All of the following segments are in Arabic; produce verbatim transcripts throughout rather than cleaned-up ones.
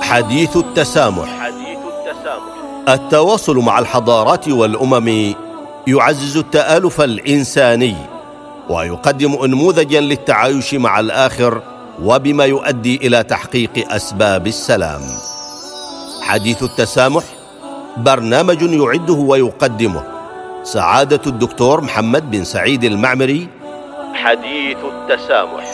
حديث التسامح. حديث التسامح. التواصل مع الحضارات والأمم يعزز التآلف الإنساني ويقدم أنموذجا للتعايش مع الآخر وبما يؤدي إلى تحقيق أسباب السلام. حديث التسامح برنامج يعده ويقدمه سعادة الدكتور محمد بن سعيد المعمري. حديث التسامح.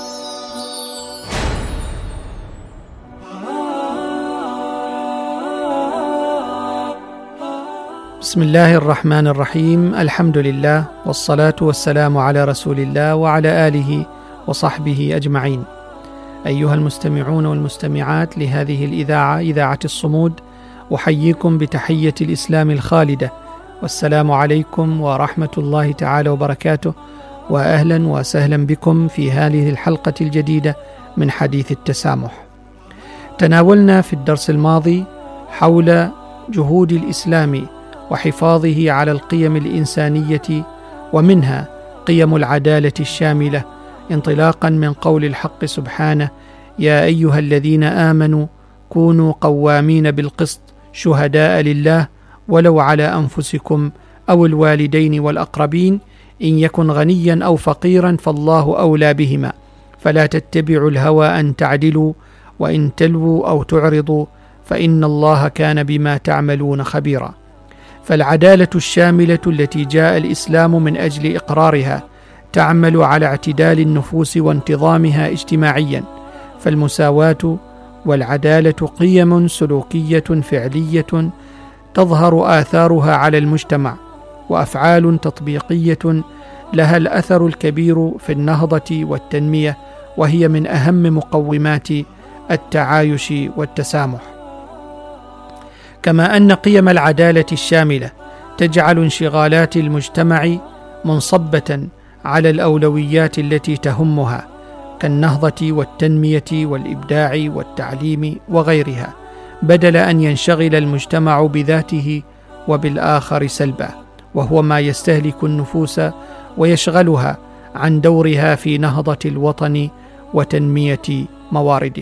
بسم الله الرحمن الرحيم. الحمد لله والصلاة والسلام على رسول الله وعلى آله وصحبه أجمعين. أيها المستمعون والمستمعات لهذه الإذاعة، إذاعة الصمود، أحييكم بتحية الإسلام الخالدة، والسلام عليكم ورحمة الله تعالى وبركاته، وأهلا وسهلا بكم في هذه الحلقة الجديدة من حديث التسامح. تناولنا في الدرس الماضي حول جهود الإسلام وحفاظه على القيم الإنسانية، ومنها قيم العدالة الشاملة، انطلاقا من قول الحق سبحانه: يا أيها الذين آمنوا كونوا قوامين بالقسط شهداء لله ولو على أنفسكم أو الوالدين والأقربين إن يكن غنيا أو فقيرا فالله أولى بهما فلا تتبعوا الهوى أن تعدلوا وإن تلووا أو تعرضوا فإن الله كان بما تعملون خبيرا. فالعدالة الشاملة التي جاء الإسلام من أجل إقرارها تعمل على اعتدال النفوس وانتظامها اجتماعيا، فالمساواة والعدالة قيم سلوكية فعلية تظهر آثارها على المجتمع، وأفعال تطبيقية لها الأثر الكبير في النهضة والتنمية، وهي من أهم مقومات التعايش والتسامح. كما أن قيم العدالة الشاملة تجعل انشغالات المجتمع منصبة على الأولويات التي تهمها كالنهضة والتنمية والإبداع والتعليم وغيرها، بدل أن ينشغل المجتمع بذاته وبالآخر سلبا، وهو ما يستهلك النفوس ويشغلها عن دورها في نهضة الوطن وتنمية موارده.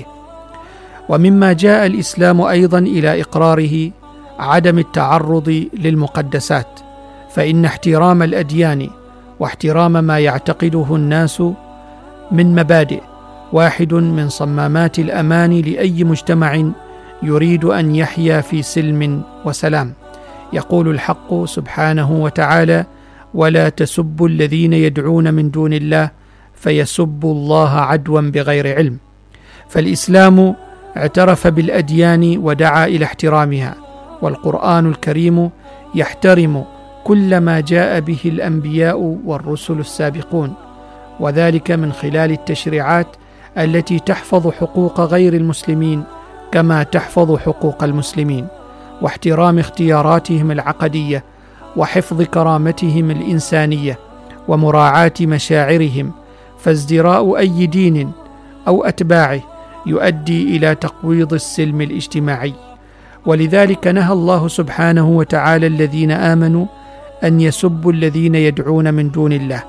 ومما جاء الإسلام أيضا إلى إقراره عدم التعرض للمقدسات، فإن احترام الأديان واحترام ما يعتقده الناس من مبادئ واحد من صمامات الأمان لأي مجتمع يريد أن يحيا في سلم وسلام. يقول الحق سبحانه وتعالى: ولا تسبوا الذين يدعون من دون الله فيسبوا الله عدوا بغير علم. فالإسلام اعترف بالأديان ودعا إلى احترامها، والقرآن الكريم يحترم كل ما جاء به الأنبياء والرسل السابقون، وذلك من خلال التشريعات التي تحفظ حقوق غير المسلمين كما تحفظ حقوق المسلمين، واحترام اختياراتهم العقدية، وحفظ كرامتهم الإنسانية، ومراعاة مشاعرهم، فازدراء أي دين أو أتباعه يؤدي إلى تقويض السلم الاجتماعي. ولذلك نهى الله سبحانه وتعالى الذين آمنوا أن يسبوا الذين يدعون من دون الله،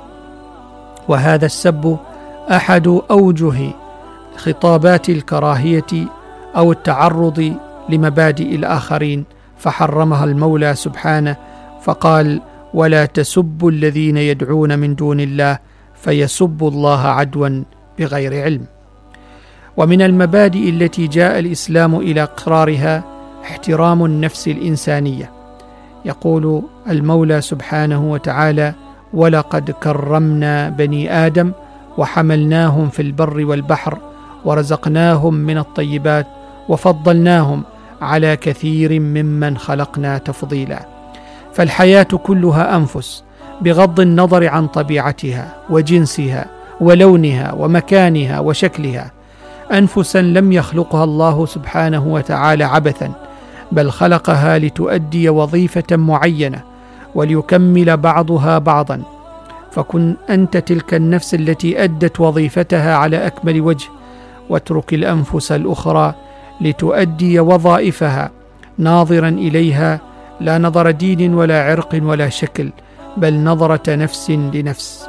وهذا السب أحد أوجه خطابات الكراهية أو التعرض لمبادئ الآخرين، فحرمها المولى سبحانه فقال: ولا تسبوا الذين يدعون من دون الله فيسبوا الله عدوا بغير علم. ومن المبادئ التي جاء الإسلام إلى إقرارها احترام النفس الإنسانية. يقول المولى سبحانه وتعالى: ولقد كرمنا بني آدم وحملناهم في البر والبحر ورزقناهم من الطيبات وفضلناهم على كثير ممن خلقنا تفضيلا. فالحياة كلها أنفس بغض النظر عن طبيعتها وجنسها ولونها ومكانها وشكلها، أنفسا لم يخلقها الله سبحانه وتعالى عبثا، بل خلقها لتؤدي وظيفة معينة وليكمل بعضها بعضا، فكن أنت تلك النفس التي أدت وظيفتها على أكمل وجه، واترك الأنفس الأخرى لتؤدي وظائفها ناظرا إليها لا نظر دين ولا عرق ولا شكل، بل نظرة نفس لنفس.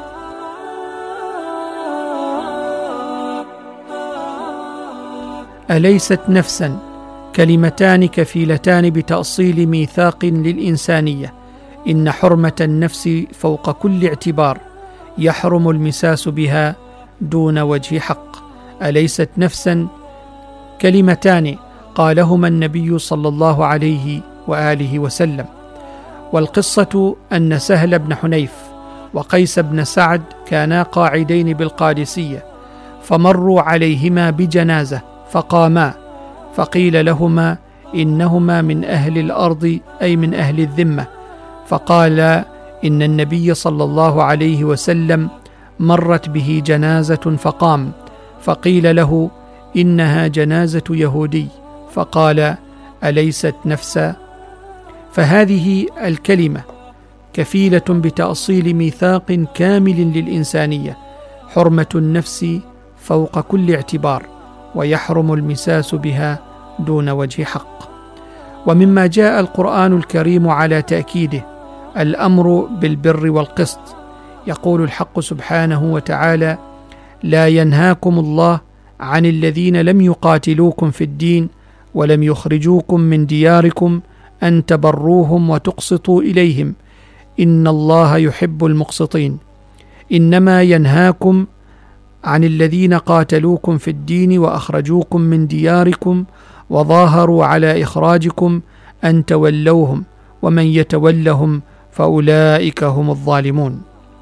أليست نفسا كلمتان كفيلتان بتأصيل ميثاق للإنسانية. إن حرمة النفس فوق كل اعتبار، يحرم المساس بها دون وجه حق. أليست نفسا؟ كلمتان قالهما النبي صلى الله عليه وآله وسلم. والقصة أن سهل بن حنيف وقيس بن سعد كانا قاعدين بالقادسية، فمروا عليهما بجنازة فقاما، فقيل لهما إنهما من أهل الأرض، أي من أهل الذمة. فقال إن النبي صلى الله عليه وسلم مرت به جنازة فقام، فقيل له إنها جنازة يهودي، فقال أليست نفسا؟ فهذه الكلمة كفيلة بتأصيل ميثاق كامل للإنسانية، حرمة النفس فوق كل اعتبار، ويحرم المساس بها دون وجه حق. ومما جاء القرآن الكريم على تأكيده الأمر بالبر والقسط. يقول الحق سبحانه وتعالى: لا ينهاكم الله عن الذين لم يقاتلوكم في الدين ولم يخرجوكم من دياركم أن تبروهم وتقسطوا إليهم إن الله يحب المقسطين. إنما ينهاكم عن الذين قاتلوكم في الدين وأخرجوكم من دياركم وظاهروا على إخراجكم أن تولوهم ومن يتولهم فأولئك هم الظالمون.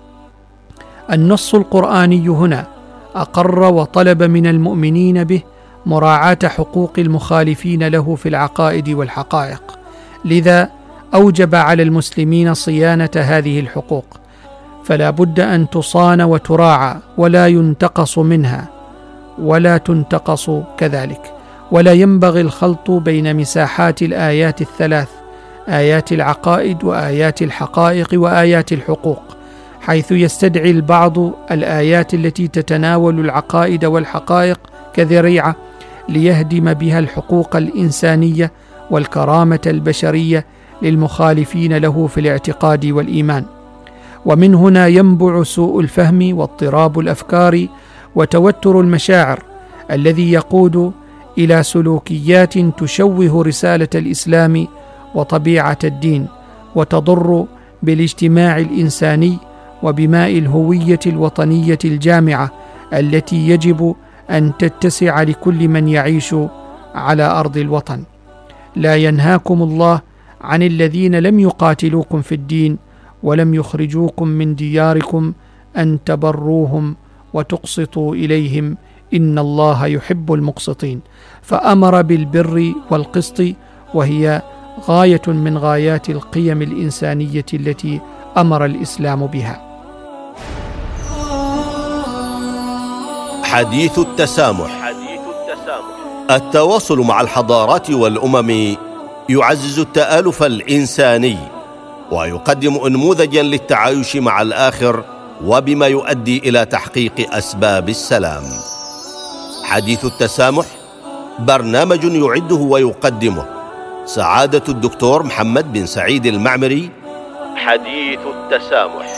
النص القرآني هنا أقر وطلب من المؤمنين به مراعاة حقوق المخالفين له في العقائد والحقائق، لذا أوجب على المسلمين صيانة هذه الحقوق، فلا بد أن تصان وتراعى ولا ينتقص منها ولا تنتقص كذلك. ولا ينبغي الخلط بين مساحات الآيات الثلاث، آيات العقائد وآيات الحقائق وآيات الحقوق، حيث يستدعي البعض الآيات التي تتناول العقائد والحقائق كذريعة ليهدم بها الحقوق الإنسانية والكرامة البشرية للمخالفين له في الاعتقاد والإيمان. ومن هنا ينبع سوء الفهم واضطراب الأفكار وتوتر المشاعر الذي يقود إلى سلوكيات تشوه رسالة الإسلام وطبيعة الدين، وتضر بالاجتماع الإنساني وبماء الهوية الوطنية الجامعة التي يجب أن تتسع لكل من يعيش على أرض الوطن. لا ينهاكم الله عن الذين لم يقاتلوكم في الدين ولم يخرجوكم من دياركم أن تبروهم وتقسطوا إليهم إن الله يحب المقسطين. فأمر بالبر والقسط، وهي غاية من غايات القيم الإنسانية التي أمر الإسلام بها. حديث التسامح. التواصل مع الحضارات والأمم يعزز التآلف الإنساني ويقدم أنموذجا للتعايش مع الآخر، وبما يؤدي إلى تحقيق أسباب السلام. حديث التسامح برنامج يعده ويقدمه سعادة الدكتور محمد بن سعيد المعمري. حديث التسامح.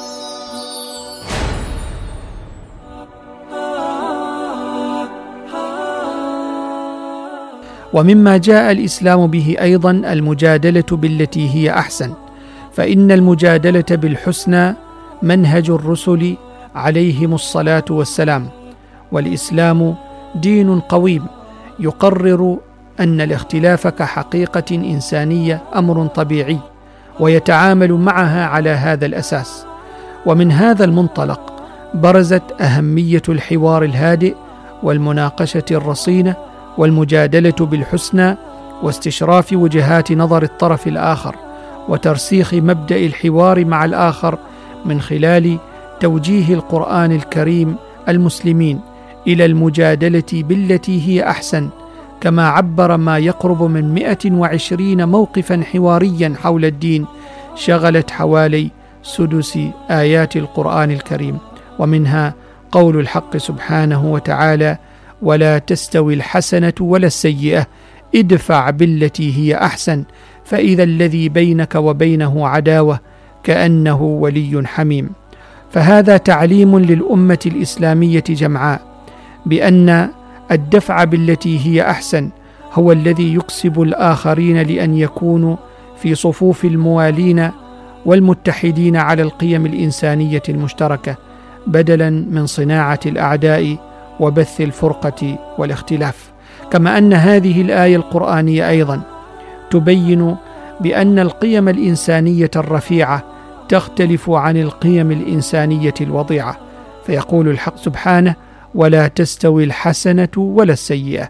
ومما جاء الإسلام به أيضا المجادلة بالتي هي أحسن، فإن المجادلة بالحسنى منهج الرسل عليهم الصلاة والسلام. والإسلام دين قويم يقرر أن الاختلاف كحقيقة إنسانية أمر طبيعي، ويتعامل معها على هذا الأساس. ومن هذا المنطلق برزت أهمية الحوار الهادئ والمناقشة الرصينة والمجادلة بالحسنى واستشراف وجهات نظر الطرف الآخر، وترسيخ مبدأ الحوار مع الآخر من خلال توجيه القرآن الكريم المسلمين إلى المجادلة بالتي هي أحسن، كما عبر ما يقرب من مئة وعشرين موقفا حواريا حول الدين شغلت حوالي سدس آيات القرآن الكريم. ومنها قول الحق سبحانه وتعالى: ولا تستوي الحسنة ولا السيئة ادفع بالتي هي أحسن فإذا الذي بينك وبينه عداوة كأنه ولي حميم. فهذا تعليم للأمة الإسلامية جمعاء بأن الدفع بالتي هي أحسن هو الذي يكسب الآخرين لأن يكونوا في صفوف الموالين والمتحدين على القيم الإنسانية المشتركة، بدلا من صناعة الأعداء وبث الفرقة والاختلاف. كما أن هذه الآية القرآنية أيضا تبين بأن القيم الإنسانية الرفيعة تختلف عن القيم الإنسانية الوضيعة، فيقول الحق سبحانه: ولا تستوي الحسنة ولا السيئة.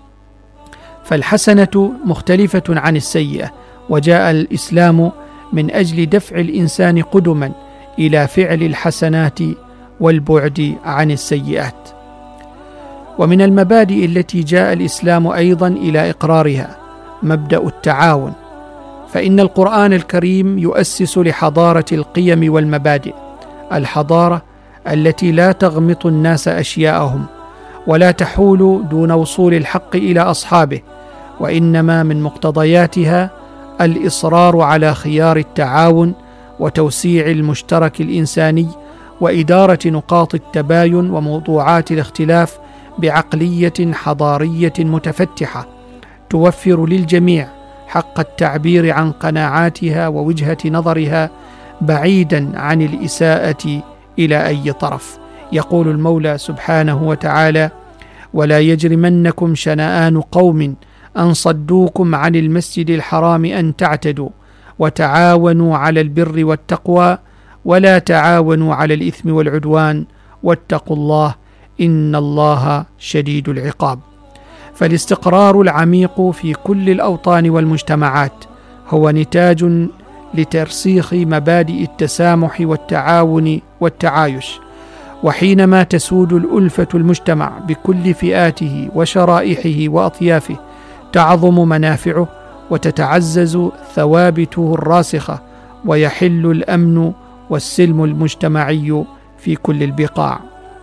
فالحسنة مختلفة عن السيئة، وجاء الإسلام من أجل دفع الإنسان قدما إلى فعل الحسنات والبعد عن السيئات. ومن المبادئ التي جاء الإسلام أيضا إلى إقرارها مبدأ التعاون، فإن القرآن الكريم يؤسس لحضارة القيم والمبادئ، الحضارة التي لا تغمط الناس أشياءهم ولا تحول دون وصول الحق إلى أصحابه، وإنما من مقتضياتها الإصرار على خيار التعاون وتوسيع المشترك الإنساني وإدارة نقاط التباين وموضوعات الاختلاف بعقلية حضارية متفتحة توفر للجميع حق التعبير عن قناعاتها ووجهة نظرها بعيدا عن الإساءة إلى أي طرف. يقول المولى سبحانه وتعالى: ولا يجرمنكم شنآن قوم أن صدوكم عن المسجد الحرام أن تعتدوا وتعاونوا على البر والتقوى ولا تعاونوا على الإثم والعدوان واتقوا الله إن الله شديد العقاب. فالاستقرار العميق في كل الأوطان والمجتمعات هو نتاج لترسيخ مبادئ التسامح والتعاون والتعايش، وحينما تسود الألفة المجتمع بكل فئاته وشرائحه وأطيافه تعظم منافعه وتتعزز ثوابته الراسخة، ويحل الأمن والسلم المجتمعي في كل البقاع.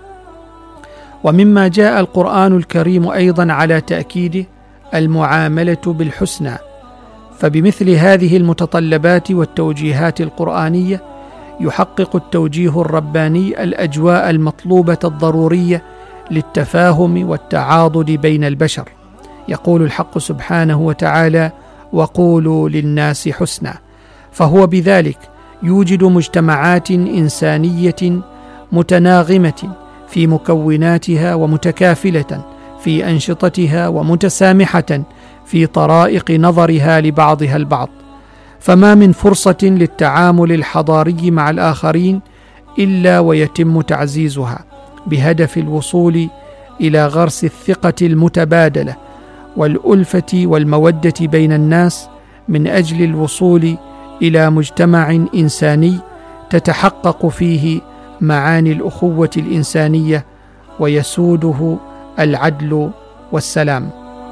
ومما جاء القرآن الكريم أيضا على تأكيده المعاملة بالحسنى، فبمثل هذه المتطلبات والتوجيهات القرآنية يحقق التوجيه الرباني الأجواء المطلوبة الضرورية للتفاهم والتعاضد بين البشر. يقول الحق سبحانه وتعالى: وقولوا للناس حسنا، فهو بذلك يوجد مجتمعات إنسانية متناغمة في مكوناتها ومتكافلة في أنشطتها ومتسامحة في طرائق نظرها لبعضها البعض، فما من فرصة للتعامل الحضاري مع الآخرين إلا ويتم تعزيزها بهدف الوصول إلى غرس الثقة المتبادلة والألفة والمودة بين الناس من أجل الوصول إلى مجتمع إنساني تتحقق فيه معاني الأخوة الإنسانية ويسوده العدل والسلام.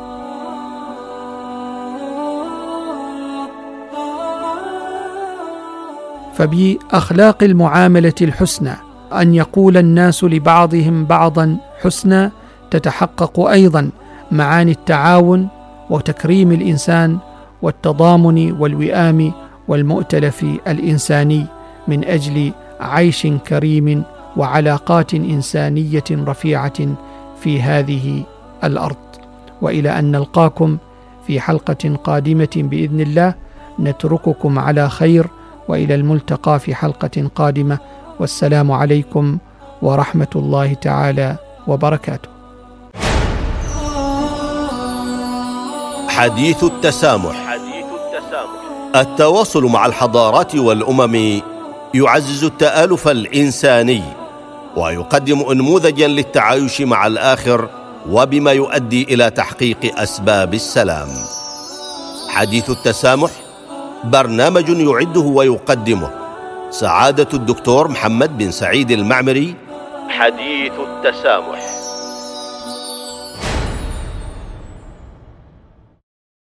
فبأخلاق المعاملة الحسنى أن يقول الناس لبعضهم بعضا حسنى تتحقق أيضا معاني التعاون وتكريم الإنسان والتضامن والوئام والمؤتلف الإنساني من أجل عيش كريم وعلاقات إنسانية رفيعة في هذه الأرض. وإلى أن نلقاكم في حلقة قادمة بإذن الله، نترككم على خير، وإلى الملتقى في حلقة قادمة، والسلام عليكم ورحمة الله تعالى وبركاته. حديث التسامح. حديث التسامح. التواصل مع الحضارات والأمم يعزز التآلف الإنساني ويقدم أنموذجا للتعايش مع الآخر، وبما يؤدي إلى تحقيق أسباب السلام. حديث التسامح برنامج يعده ويقدمه سعادة الدكتور محمد بن سعيد المعمري. حديث التسامح.